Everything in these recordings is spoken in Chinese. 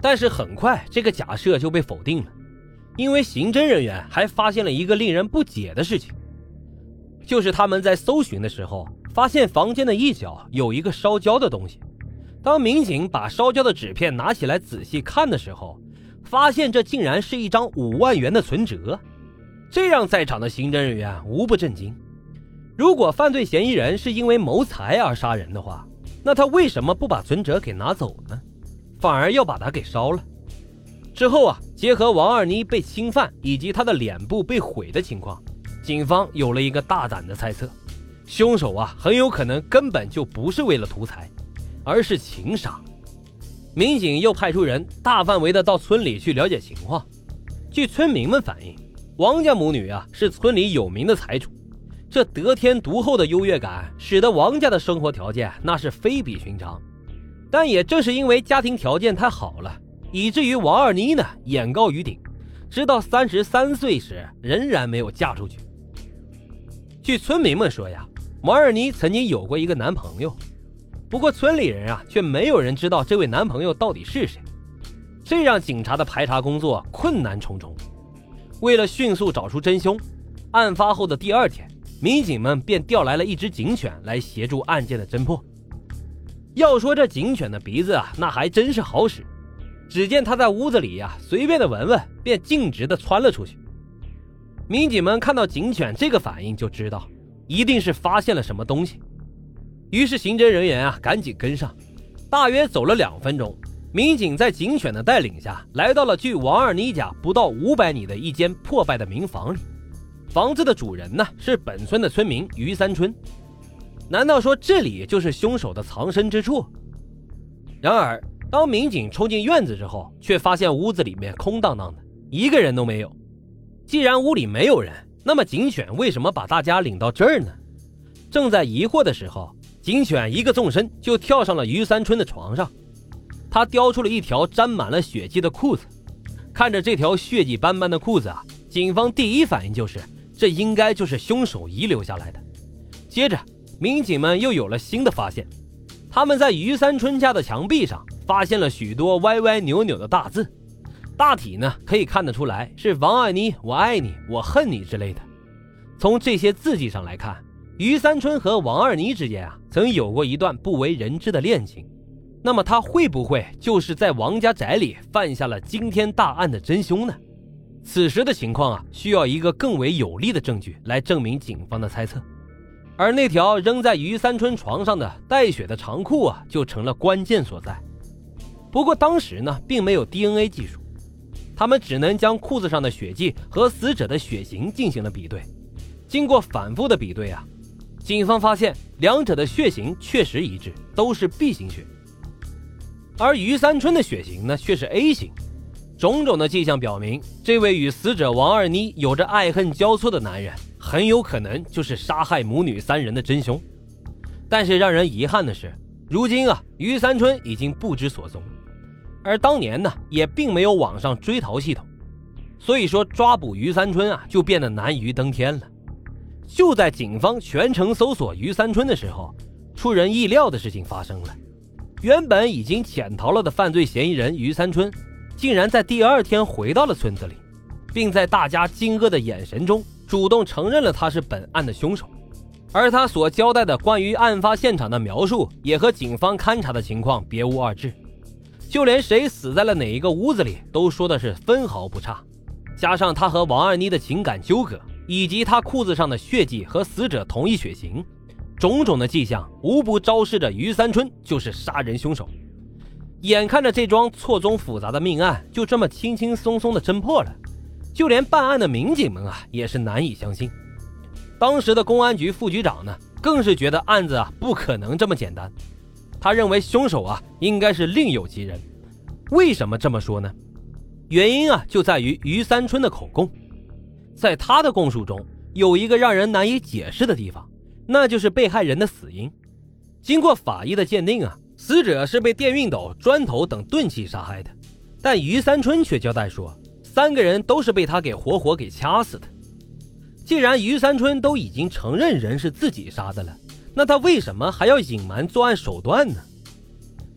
但是很快这个假设就被否定了，因为刑侦人员还发现了一个令人不解的事情，就是他们在搜寻的时候发现房间的一角有一个烧焦的东西。当民警把烧焦的纸片拿起来仔细看的时候，发现这竟然是一张5万元的存折，这让在场的刑侦人员无不震惊。如果犯罪嫌疑人是因为谋财而杀人的话，那他为什么不把存折给拿走呢？反而要把它给烧了。之后结合王二妮被侵犯以及她的脸部被毁的情况，警方有了一个大胆的猜测，凶手很有可能根本就不是为了图财，而是情杀。民警又派出人大范围的到村里去了解情况。据村民们反映，王家母女是村里有名的财主，这得天独厚的优越感使得王家的生活条件那是非比寻常。但也正是因为家庭条件太好了，以至于王二妮眼高于顶，直到33岁时仍然没有嫁出去。据村民们说王二妮曾经有过一个男朋友，不过村里人却没有人知道这位男朋友到底是谁，这让警察的排查工作困难重重。为了迅速找出真凶，案发后的第2天，民警们便调来了一只警犬来协助案件的侦破。要说这警犬的鼻子那还真是好使，只见他在屋子里随便的闻闻，便径直的窜了出去。民警们看到警犬这个反应就知道一定是发现了什么东西，于是刑侦人员赶紧跟上。大约走了2分钟，民警在警犬的带领下来到了距王二妮家不到500米的一间破败的民房里。房子的主人是本村的村民于三春。难道说这里就是凶手的藏身之处？然而当民警冲进院子之后，却发现屋子里面空荡荡的，一个人都没有。既然屋里没有人，那么警犬为什么把大家领到这儿呢？正在疑惑的时候，警犬一个纵身就跳上了于三春的床上，他叼出了一条沾满了血迹的裤子。看着这条血迹斑斑的裤子警方第一反应就是这应该就是凶手遗留下来的。接着民警们又有了新的发现，他们在于三春家的墙壁上发现了许多歪歪扭扭的大字，大体可以看得出来是王二妮我爱你我恨你之类的。从这些字迹上来看，于三春和王二妮之间曾有过一段不为人知的恋情。那么他会不会就是在王家宅里犯下了惊天大案的真凶呢？此时的情况需要一个更为有力的证据来证明警方的猜测。而那条扔在于三春床上的带血的长裤就成了关键所在。不过当时并没有 DNA 技术，他们只能将裤子上的血迹和死者的血型进行了比对。经过反复的比对警方发现两者的血型确实一致，都是 B 型血。而于三春的血型却是 A 型。种种的迹象表明，这位与死者王二妮有着爱恨交错的男人很有可能就是杀害母女3人的真凶。但是让人遗憾的是，如今于三春已经不知所踪，而当年也并没有网上追逃系统，所以说抓捕于三春就变得难于登天了。就在警方全程搜索于三春的时候，出人意料的事情发生了。原本已经潜逃了的犯罪嫌疑人于三春竟然在第2天回到了村子里，并在大家惊愕的眼神中主动承认了他是本案的凶手。而他所交代的关于案发现场的描述也和警方勘查的情况别无二致，就连谁死在了哪一个屋子里都说的是分毫不差。加上他和王二妮的情感纠葛，以及他裤子上的血迹和死者同一血型，种种的迹象无不昭示着于三春就是杀人凶手。眼看着这桩错综复杂的命案就这么轻轻松松的侦破了，就连办案的民警们也是难以相信。当时的公安局副局长更是觉得案子不可能这么简单，他认为凶手应该是另有其人。为什么这么说呢？原因就在于于三春的口供。在他的供述中有一个让人难以解释的地方，那就是被害人的死因。经过法医的鉴定死者是被电熨斗、砖头等钝器杀害的，但于三春却交代说3个人都是被他给活活给掐死的。既然于三春都已经承认人是自己杀的了，那他为什么还要隐瞒作案手段呢？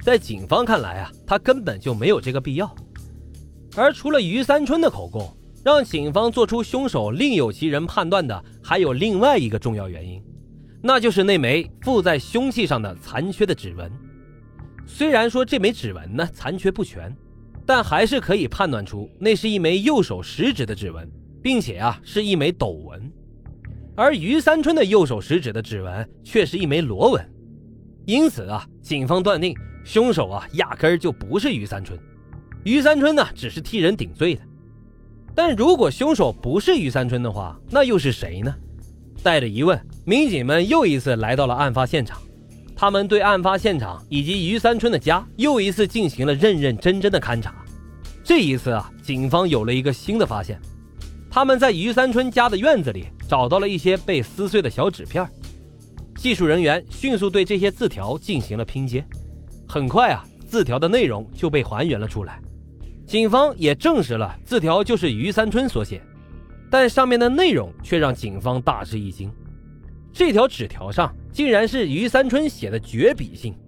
在警方看来啊，他根本就没有这个必要。而除了于三春的口供，让警方做出凶手另有其人判断的还有另外一个重要原因，那就是那枚附在凶器上的残缺的指纹。虽然说这枚指纹呢残缺不全，但还是可以判断出那是一枚右手食指的指纹，并且啊是一枚斗纹。而于三春的右手食指的指纹却是一枚螺纹。因此啊，警方断定凶手啊压根儿就不是于三春，于三春呢只是替人顶罪的。但如果凶手不是于三春的话，那又是谁呢？带着疑问，民警们又一次来到了案发现场。他们对案发现场以及于三春的家又一次进行了认认真真的勘查。这一次啊，警方有了一个新的发现。他们在于三春家的院子里找到了一些被撕碎的小纸片。技术人员迅速对这些字条进行了拼接，很快啊，字条的内容就被还原了出来。警方也证实了字条就是于三春所写，但上面的内容却让警方大吃一惊。这条纸条上竟然是于三春写的绝笔信，